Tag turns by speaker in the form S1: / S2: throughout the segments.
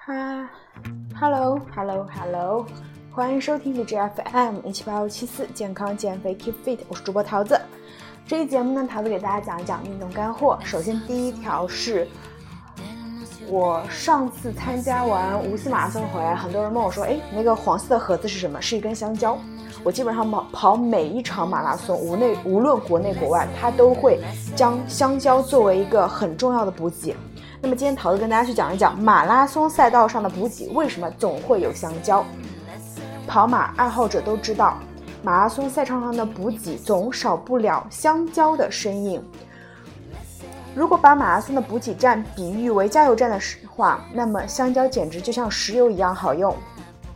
S1: Hello， 欢迎收听荔枝 FM1787574健康减肥 Keep Fit， 我是主播桃子。这一节目呢，桃子给大家讲一讲运动干货。首先第一条是我上次参加完无锡马拉松回来，很多人问我说，那个黄色的盒子是什么？是一根香蕉。我基本上跑每一场马拉松，无论国内国外，它都会将香蕉作为一个很重要的补给。那么今天桃子跟大家去讲一讲马拉松赛道上的补给为什么总会有香蕉。跑马爱好者都知道，马拉松赛场上的补给总少不了香蕉的身影。如果把马拉松的补给站比喻为加油站的话，那么香蕉简直就像石油一样好用。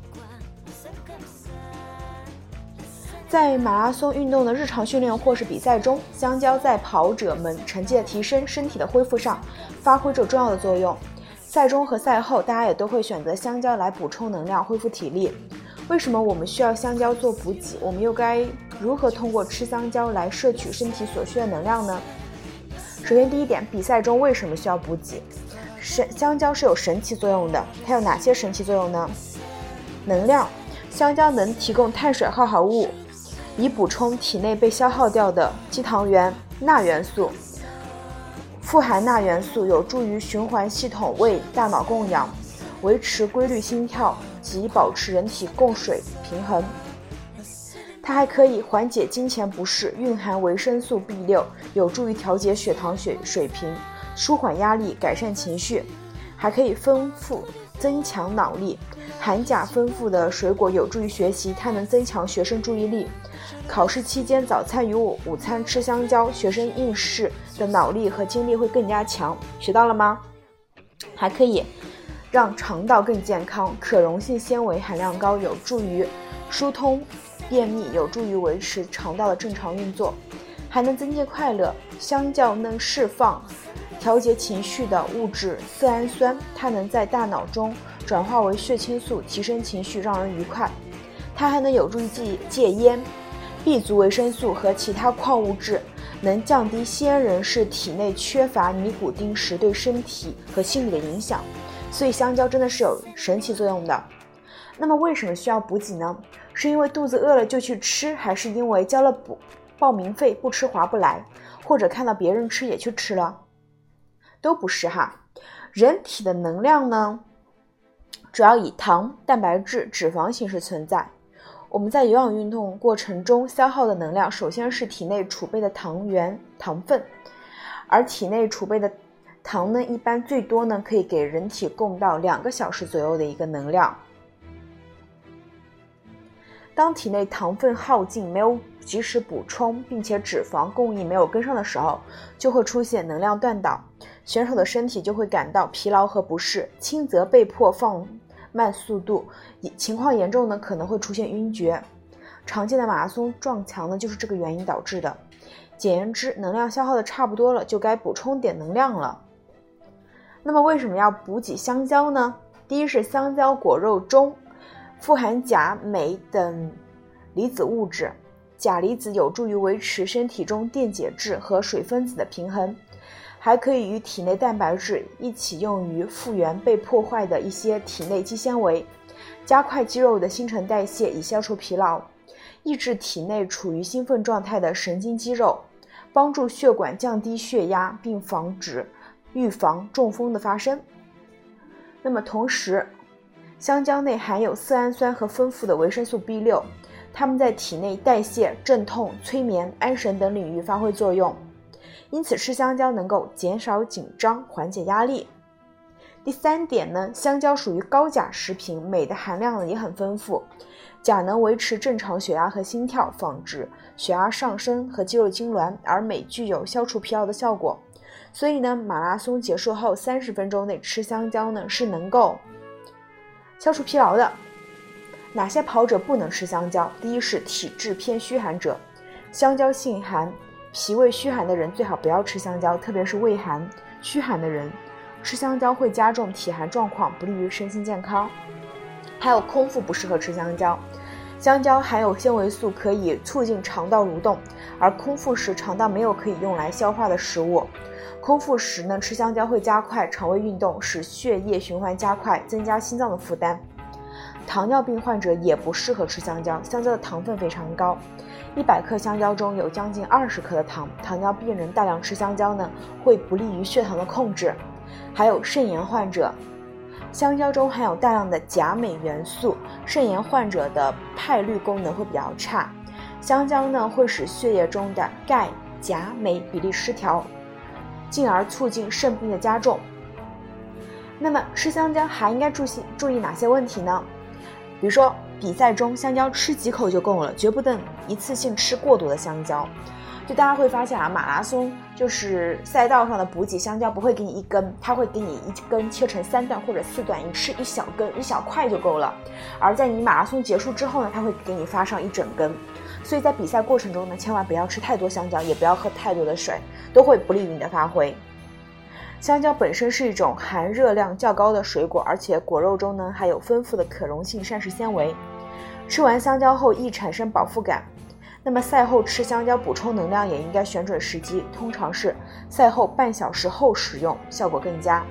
S1: 在马拉松运动的日常训练或是比赛中，香蕉在跑者们成绩的提升、身体的恢复上发挥着重要的作用。赛中和赛后，大家也都会选择香蕉来补充能量、恢复体力。为什么我们需要香蕉做补给？我们又该如何通过吃香蕉来摄取身体所需的能量呢？首先第一点，比赛中为什么需要补给？香蕉是有神奇作用的，它有哪些神奇作用呢？能量，香蕉能提供碳水化合物，以补充体内被消耗掉的肌糖原、钠元素。富含钠元素有助于循环系统为大脑供氧，维持规律心跳及保持人体供水平衡。它还可以缓解经前不适，蕴含维生素 B6， 有助于调节血糖水平，舒缓压力，改善情绪，还可以增强脑力。含钾丰富的水果有助于学习，它能增强学生注意力。考试期间早餐与午餐吃香蕉，学生应试的脑力和精力会更加强。学到了吗？还可以让肠道更健康，可溶性纤维含量高，有助于疏通便秘，有助于维持肠道的正常运作，还能增进快乐。香蕉能释放调节情绪的物质色氨酸，它能在大脑中转化为血清素，提升情绪，让人愉快。它还能有助于戒烟。B 族维生素和其他矿物质能降低西安人士体内缺乏尼古丁时对身体和心理的影响，所以香蕉真的是有神奇作用的。那么为什么需要补给呢？是因为肚子饿了就去吃，还是因为交了报名费不吃划不来，或者看到别人吃也去吃了？都不是哈。人体的能量呢，主要以糖、蛋白质、脂肪形式存在。我们在有氧运动过程中消耗的能量，首先是体内储备的糖分，而体内储备的糖呢，一般最多呢可以给人体供到2个小时左右的一个能量。当体内糖分耗尽，没有及时补充，并且脂肪供应没有跟上的时候，就会出现能量断档，选手的身体就会感到疲劳和不适，轻则被迫放慢速度，情况严重呢可能会出现晕厥。常见的马拉松撞墙呢就是这个原因导致的。简言之，能量消耗的差不多了，就该补充点能量了。那么为什么要补给香蕉呢？第一是香蕉果肉中富含钾、镁等离子物质，钾离子有助于维持身体中电解质和水分子的平衡，还可以与体内蛋白质一起用于复原被破坏的一些体内肌纤维，加快肌肉的新陈代谢以消除疲劳，抑制体内处于兴奋状态的神经肌肉，帮助血管降低血压，并预防中风的发生。那么同时，香蕉内含有色氨酸和丰富的维生素 B6， 它们在体内代谢、镇痛、催眠、安神等领域发挥作用，因此吃香蕉能够减少紧张，缓解压力。第三点呢，香蕉属于高钾食品，镁的含量也很丰富。钾能维持正常血压和心跳，防止血压上升和肌肉痉挛，而镁具有消除疲劳的效果。所以呢，马拉松结束后30分钟内吃香蕉呢是能够消除疲劳的。哪些跑者不能吃香蕉？第一是体质偏虚寒者，香蕉性寒，脾胃虚寒的人最好不要吃香蕉，特别是胃寒、虚寒的人，吃香蕉会加重体寒状况，不利于身心健康。还有空腹不适合吃香蕉，香蕉含有纤维素，可以促进肠道蠕动，而空腹时肠道没有可以用来消化的食物， 空腹时呢，吃香蕉会加快肠胃运动，使血液循环加快，增加心脏的负担。糖尿病患者也不适合吃香蕉，香蕉的糖分非常高，100克香蕉中有将近20克的糖。糖尿病人大量吃香蕉呢，会不利于血糖的控制。还有肾炎患者，香蕉中含有大量的钾镁元素，肾炎患者的派氯功能会比较差。香蕉呢，会使血液中的钙、钾、镁比例失调，进而促进肾病的加重。那么吃香蕉还应该注意哪些问题呢？比如说比赛中香蕉吃几口就够了，绝不能一次性吃过多的香蕉。就大家会发现啊，马拉松就是赛道上的补给香蕉不会给你一根，它会给你一根切成3段或者4段，你吃一小根一小块就够了。而在你马拉松结束之后呢，它会给你发上一整根。所以在比赛过程中呢，千万不要吃太多香蕉，也不要喝太多的水，都会不利于你的发挥。香蕉本身是一种含热量较高的水果，而且果肉中呢含有丰富的可溶性膳食纤维。吃完香蕉后易产生饱腹感，那么赛后吃香蕉补充能量也应该选准时机，通常是赛后半小时后食用，效果更佳。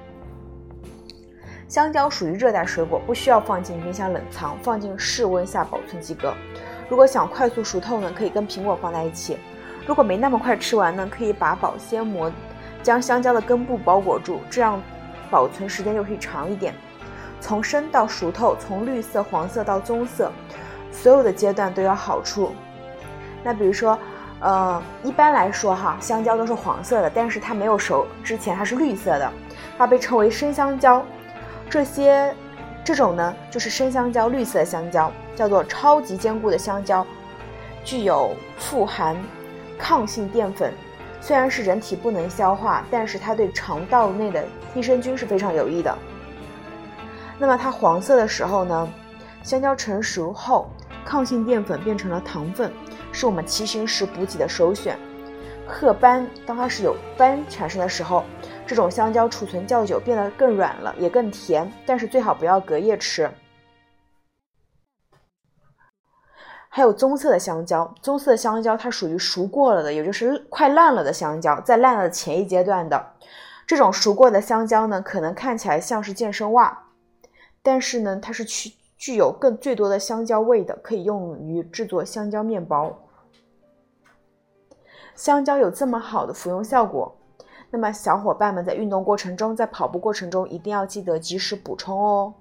S1: 香蕉属于热带水果，不需要放进冰箱冷藏，放进室温下保存即可。如果想快速熟透呢，可以跟苹果放在一起。如果没那么快吃完呢，可以把保鲜膜将香蕉的根部包裹住，这样保存时间就可以长一点。从生到熟透，从绿色、黄色到棕色，所有的阶段都有好处。那比如说一般来说哈，香蕉都是黄色的，但是它没有熟之前它是绿色的，它被称为生香蕉。这种呢就是生香蕉，绿色的香蕉叫做超级坚固的香蕉，具有富含抗性淀粉，虽然是人体不能消化，但是它对肠道内的益生菌是非常有益的。那么它黄色的时候呢，香蕉成熟后抗性淀粉变成了糖分，是我们骑行时补给的首选。褐斑当它是有斑产生的时候，这种香蕉储存较久，变得更软了，也更甜，但是最好不要隔夜吃。还有棕色的香蕉，棕色的香蕉它属于熟过了的，也就是快烂了的香蕉，在烂了的前一阶段的。这种熟过的香蕉呢，可能看起来像是健身袜，但是呢，它是具有最多的香蕉味的，可以用于制作香蕉面包。香蕉有这么好的服用效果，那么小伙伴们在运动过程中，在跑步过程中一定要记得及时补充哦。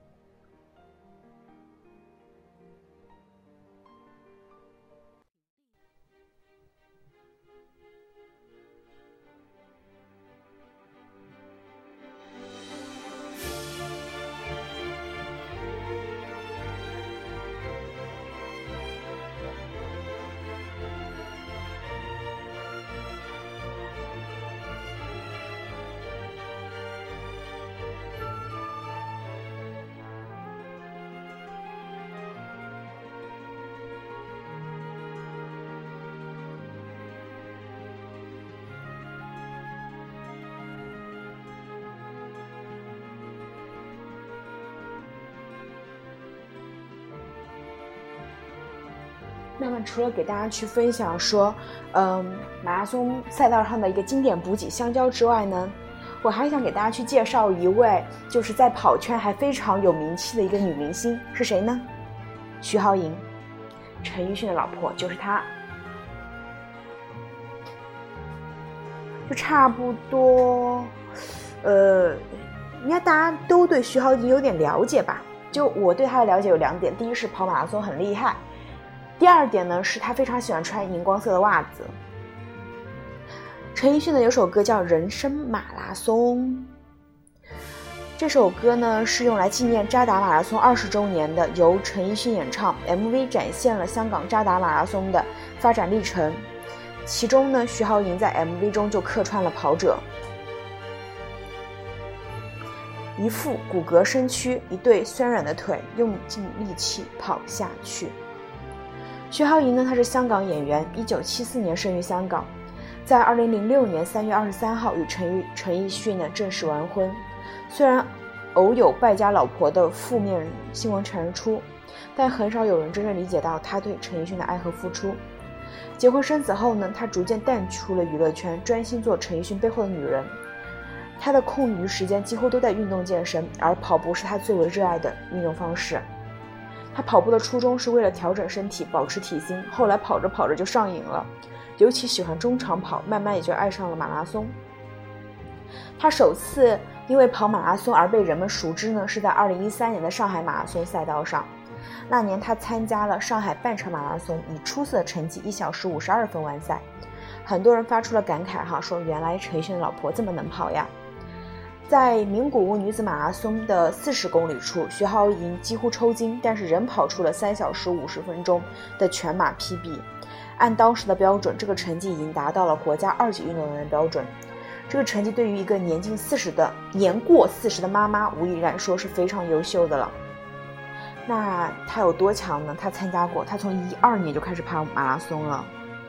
S1: 那么除了给大家去分享说马拉松赛道上的一个经典补给香蕉之外呢，我还想给大家去介绍一位就是在跑圈还非常有名气的一个女明星，是谁呢？徐濠萦，陈奕迅的老婆，就是她。就差不多应该大家都对徐濠萦有点了解吧。就我对她的了解有2点，第一是跑马拉松很厉害，第2点呢是她非常喜欢穿荧光色的袜子。陈奕迅呢有首歌叫《人生马拉松》，这首歌呢是用来纪念渣打马拉松20周年的，由陈奕迅演唱， MV 展现了香港渣打马拉松的发展历程。其中呢，徐濠萦在 MV 中就客串了跑者，一副骨骼身躯，一对酸软的腿，用尽力气跑下去。徐濠萦呢，她是香港演员，1974年生于香港，在2006年3月23号与陈奕迅呢正式完婚。虽然偶有败家老婆的负面新闻传出，但很少有人真正理解到他对陈奕迅的爱和付出。 结婚生子后呢，她逐渐淡出了娱乐圈，专心做陈奕迅背后的女人。她的空余时间几乎都在运动健身，而跑步是她最为热爱的运动方式。她跑步的初衷是为了调整身体，保持体型，后来跑着跑着就上瘾了，尤其喜欢中长跑，慢慢也就爱上了马拉松。她首次因为跑马拉松而被人们熟知呢，是在2013年的上海马拉松赛道上。那年她参加了上海半程马拉松，以出色的成绩1小时52分完赛。很多人发出了感慨说原来陈奕迅的老婆这么能跑呀。在名古屋女子马拉松的40公里处，徐濠萦几乎抽筋，但是仍跑出了3小时50分钟的全马 PB。按当时的标准，这个成绩已经达到了国家2级运动员的标准。这个成绩对于一个年过40的妈妈，无疑来说是非常优秀的了。那她有多强呢？她从12年就开始跑马拉松了，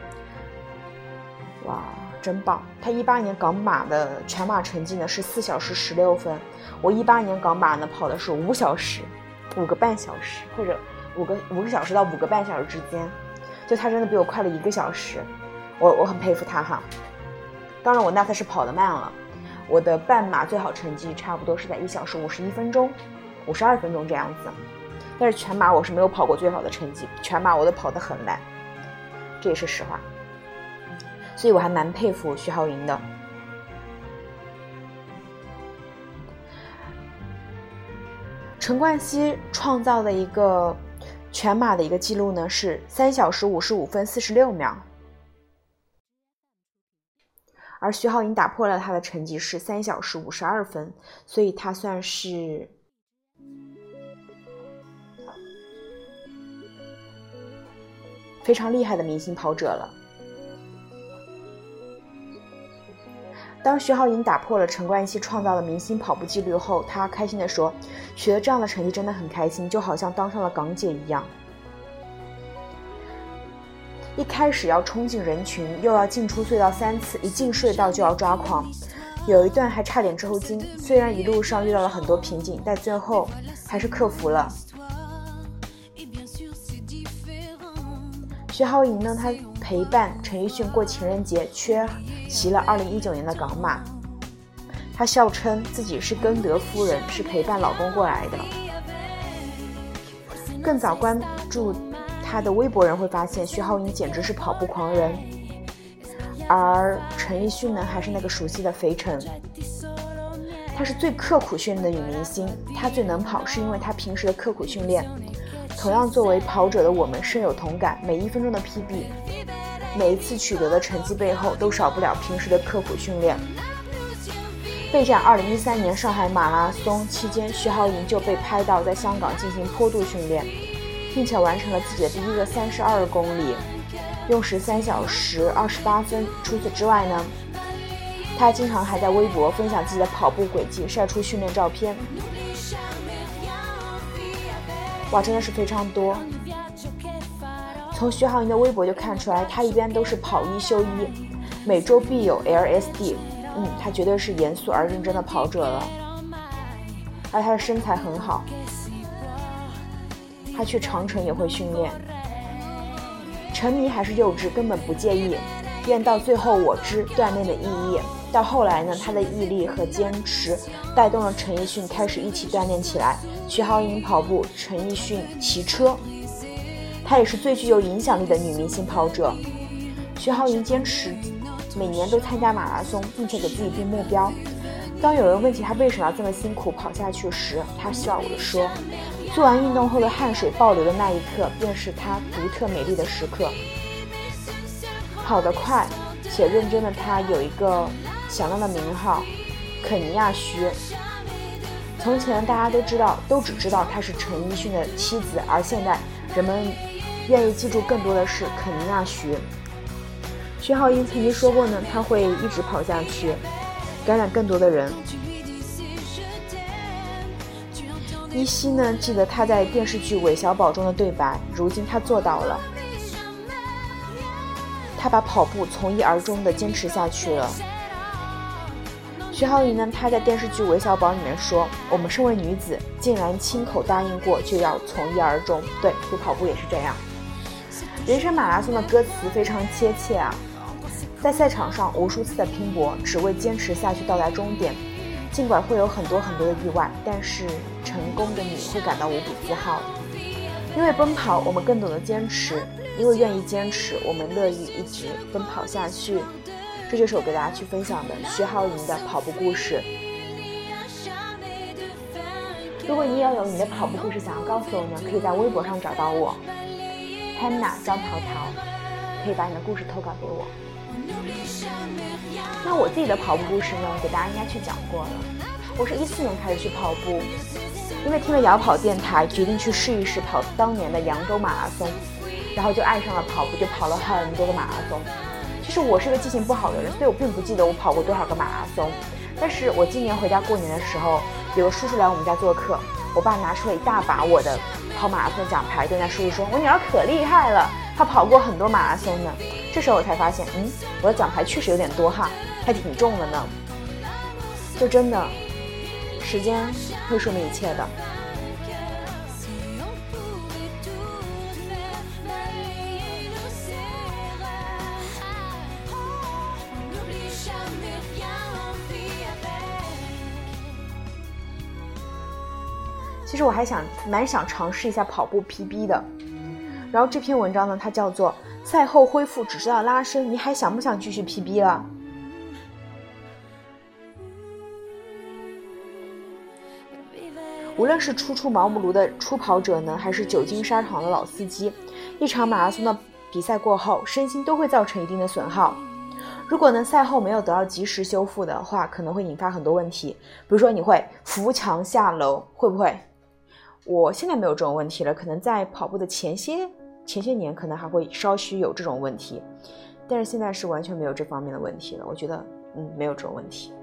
S1: 哇，真棒！她18年港马的全马成绩呢是4小时16分，我18年港马呢跑的是5小时，5个半小时，或者5个小时到5个半小时之间，就她真的比我快了1个小时，我很佩服她哈。当然我那次是跑得慢了，我的半马最好成绩差不多是在1小时51分钟、52分钟这样子，但是全马我是没有跑过最好的成绩，全马我都跑得很烂，这也是实话，所以我还蛮佩服徐濠萦的。陈冠希创造的一个全马的一个记录呢是3小时55分46秒，而徐濠萦打破了他的成绩是3小时52分，所以他算是非常厉害的明星跑者了。当徐濠萦打破了陈冠希创造的明星跑步纪录后，他开心地说，取得这样的成绩真的很开心，就好像当上了港姐一样。一开始要冲进人群，又要进出隧道3次，一进隧道就要抓狂，有一段还差点抽筋，虽然一路上遇到了很多瓶颈，但最后还是克服了。徐濠萦呢，她陪伴陈奕迅过情人节，缺席了2019年的港马。她笑称自己是耕德夫人，是陪伴老公过来的。更早关注她的微博人会发现，徐濠萦简直是跑步狂人，而陈奕迅呢，还是那个熟悉的肥城。她是最刻苦训练的女明星，她最能跑是因为她平时的刻苦训练。同样作为跑者的我们深有同感，每1分钟的 PB， 每一次取得的成绩背后都少不了平时的刻苦训练。备战2013年上海马拉松期间，徐濠萦就被拍到在香港进行坡度训练，并且完成了自己的第一个32公里，用时3小时28分。除此之外呢，他经常还在微博分享自己的跑步轨迹，晒出训练照片。哇，真的是非常多。从徐濠萦的微博就看出来，他一般都是跑1休1，每周必有 LSD。他绝对是严肃而认真的跑者了。而他的身材很好，他去长城也会训练。沉迷还是幼稚，根本不介意。练到最后我知锻炼的意义。到后来呢，他的毅力和坚持带动了陈奕迅开始一起锻炼起来。徐濠萦跑步，陈奕迅骑车。她也是最具有影响力的女明星跑者。徐濠萦坚持每年都参加马拉松，并且给自己定目标。当有人问起她为什么要这么辛苦跑下去时，她笑着说，做完运动后的汗水爆流的那一刻，便是她独特美丽的时刻。跑得快且认真的她有一个响亮的名号，肯尼亚徐。从前大家都只知道她是陈奕迅的妻子，而现在人们愿意记住更多的是肯尼亚徐。徐濠萦曾经说过呢，她会一直跑下去，感染更多的人。依稀呢记得她在电视剧《韦小宝》中的对白，如今她做到了。她把跑步从一而终地坚持下去了。徐濠萦呢，她在电视剧《韦小宝》里面说，我们身为女子，竟然亲口答应过就要从一而终。对，跑步也是这样。 人生马拉松的歌词非常贴切啊，在赛场上无数次的拼搏，只为坚持下去到达终点。尽管会有很多的意外，但是成功的你会感到无比自豪。因为奔跑，我们更懂得坚持；因为愿意坚持，我们乐意一直奔跑下去。这就是我给大家去分享的徐浩莹的跑步故事。如果你也有你的跑步故事想要告诉我呢，可以在微博上找到我 Hannah 张桃桃，可以把你的故事投稿给我。那我自己的跑步故事呢，给大家应该去讲过了。我是14年开始去跑步，因为听了摇跑电台，决定去试一试跑当年的扬州马拉松，然后就爱上了跑步，就跑了很多的马拉松。其实我是个记性不好的人，所以我并不记得我跑过多少个马拉松。但是我今年回家过年的时候，有个叔叔来我们家做客，我爸拿出了一大把我的跑马拉松奖牌，对那叔叔说：“我女儿可厉害了，她跑过很多马拉松呢。”这时候我才发现，我的奖牌确实有点多哈，还挺重的呢。就真的，时间会说明一切的。其实我还蛮想尝试一下跑步 PB 的。然后这篇文章呢，它叫做赛后恢复只知道拉伸，你还想不想继续 PB 了？无论是初出茅庐的初跑者呢，还是久经沙场的老司机，一场马拉松的比赛过后，身心都会造成一定的损耗。如果呢赛后没有得到及时修复的话，可能会引发很多问题，比如说你会扶墙下楼，会不会？我现在没有这种问题了，可能在跑步的前些年可能还会稍许有这种问题，但是现在是完全没有这方面的问题了，我觉得没有这种问题。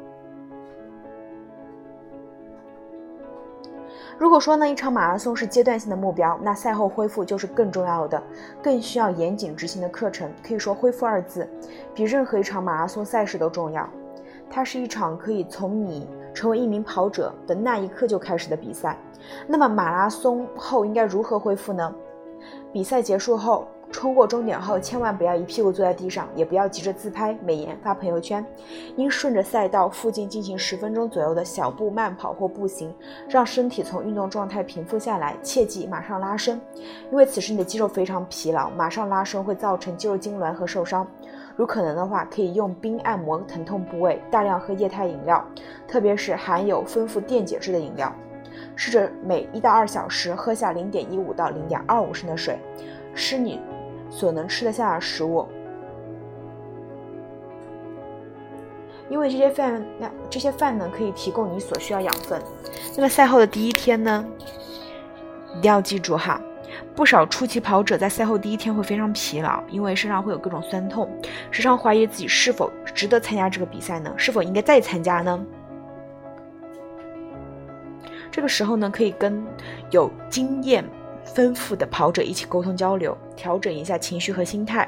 S1: 如果说呢一场马拉松是阶段性的目标，那赛后恢复就是更重要的，更需要严谨执行的课程。可以说恢复二字比任何一场马拉松赛事都重要，它是一场可以从你成为一名跑者的那一刻就开始的比赛。那么马拉松后应该如何恢复呢？比赛结束后，冲过终点后，千万不要一屁股坐在地上，也不要急着自拍美颜发朋友圈，应顺着赛道附近进行10分钟左右的小步慢跑或步行，让身体从运动状态平复下来，切记马上拉伸，因为此时你的肌肉非常疲劳，马上拉伸会造成肌肉痉挛和受伤。如可能的话，可以用冰按摩疼痛部位，大量喝液态饮料，特别是含有丰富电解质的饮料，试着每1到2小时喝下0.15到0.25升的水，吃你所能吃得下的食物，因为这些饭呢可以提供你所需要养分。那么赛后的第一天呢，一定要记住哈，不少初期跑者在赛后第一天会非常疲劳，因为身上会有各种酸痛，时常怀疑自己是否值得参加这个比赛呢？是否应该再参加呢？这个时候呢，可以跟有经验丰富的跑者一起沟通交流，调整一下情绪和心态。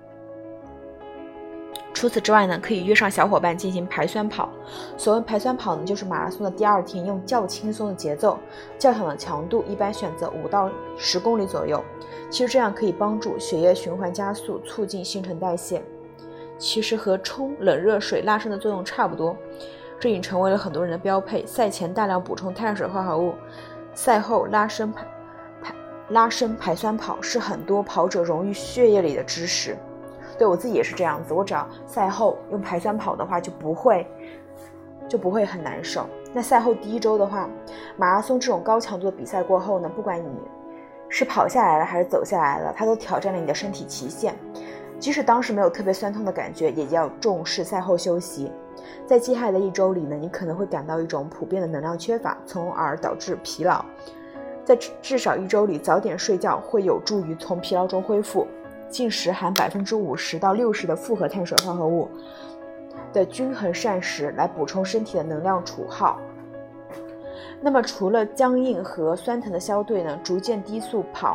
S1: 除此之外呢，可以约上小伙伴进行排酸跑。所谓排酸跑呢，就是马拉松的第2天用较轻松的节奏、较小的强度，一般选择5到10公里左右。其实这样可以帮助血液循环加速，促进新陈代谢。其实和冲冷热水拉伸的作用差不多。这已经成为了很多人的标配，赛前大量补充碳水化合物，赛后拉伸排酸跑是很多跑者溶于血液里的知识。对，我自己也是这样子，我只要赛后用排酸跑的话就不会很难受。那赛后第1周的话，马拉松这种高强度的比赛过后呢，不管你是跑下来了还是走下来了，它都挑战了你的身体极限。即使当时没有特别酸痛的感觉，也要重视赛后休息。在接下来的1周里呢，你可能会感到一种普遍的能量缺乏，从而导致疲劳。在至少1周里，早点睡觉会有助于从疲劳中恢复。进食含50%到60%的复合碳水化合物的均衡膳食，来补充身体的能量储耗。那么除了僵硬和酸疼的消退呢，逐渐低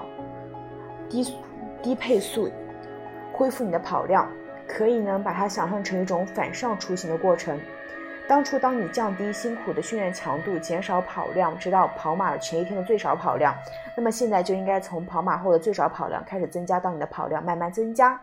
S1: 配速恢复你的跑量，可以呢把它想象成一种反向出行的过程。 当你降低辛苦的训练强度，减少跑量，直到跑马的前一天的最少跑量，那么现在就应该从跑马后的最少跑量开始增加到你的跑量慢慢增加。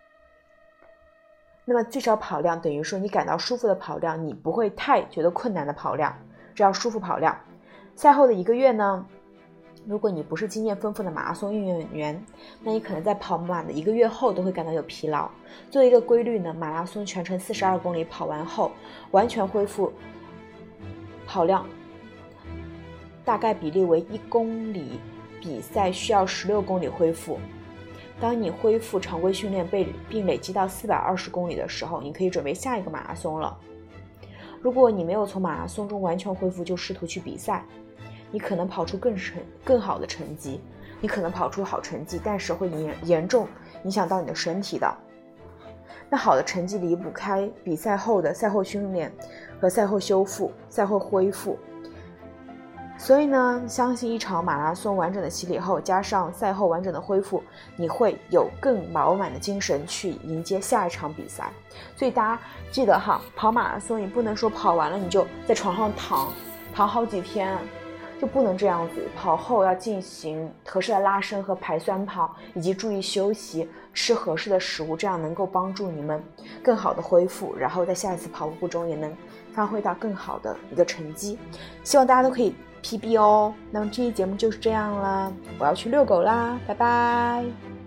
S1: 那么最少跑量等于说你感到舒服的跑量，你不会太觉得困难的跑量，这叫舒服跑量。赛后的1个月呢，如果你不是经验丰富的马拉松运动员，那你可能在跑马的1个月后都会感到有疲劳。作为一个规律呢，马拉松全程42公里跑完后，完全恢复跑量大概比例为1公里比赛需要16公里恢复。当你恢复常规训练并累积到420公里的时候，你可以准备下一个马拉松了。如果你没有从马拉松中完全恢复就试图去比赛，你可能跑出更好的成绩，你可能跑出好成绩，但是会严重影响到你的身体的。那好的成绩离不开比赛后的赛后训练和赛后修复、赛后恢复。所以呢，相信一场马拉松完整的洗礼后，加上赛后完整的恢复，你会有更饱满的精神去迎接下一场比赛。所以大家记得哈，跑马拉松你不能说跑完了你就在床上躺好几天，就不能这样子。跑后要进行合适的拉伸和排酸跑，以及注意休息，吃合适的食物，这样能够帮助你们更好的恢复，然后在下一次跑步中也能发挥到更好的一个成绩。希望大家都可以PB哦。那么这期节目就是这样了，我要去遛狗啦，拜拜。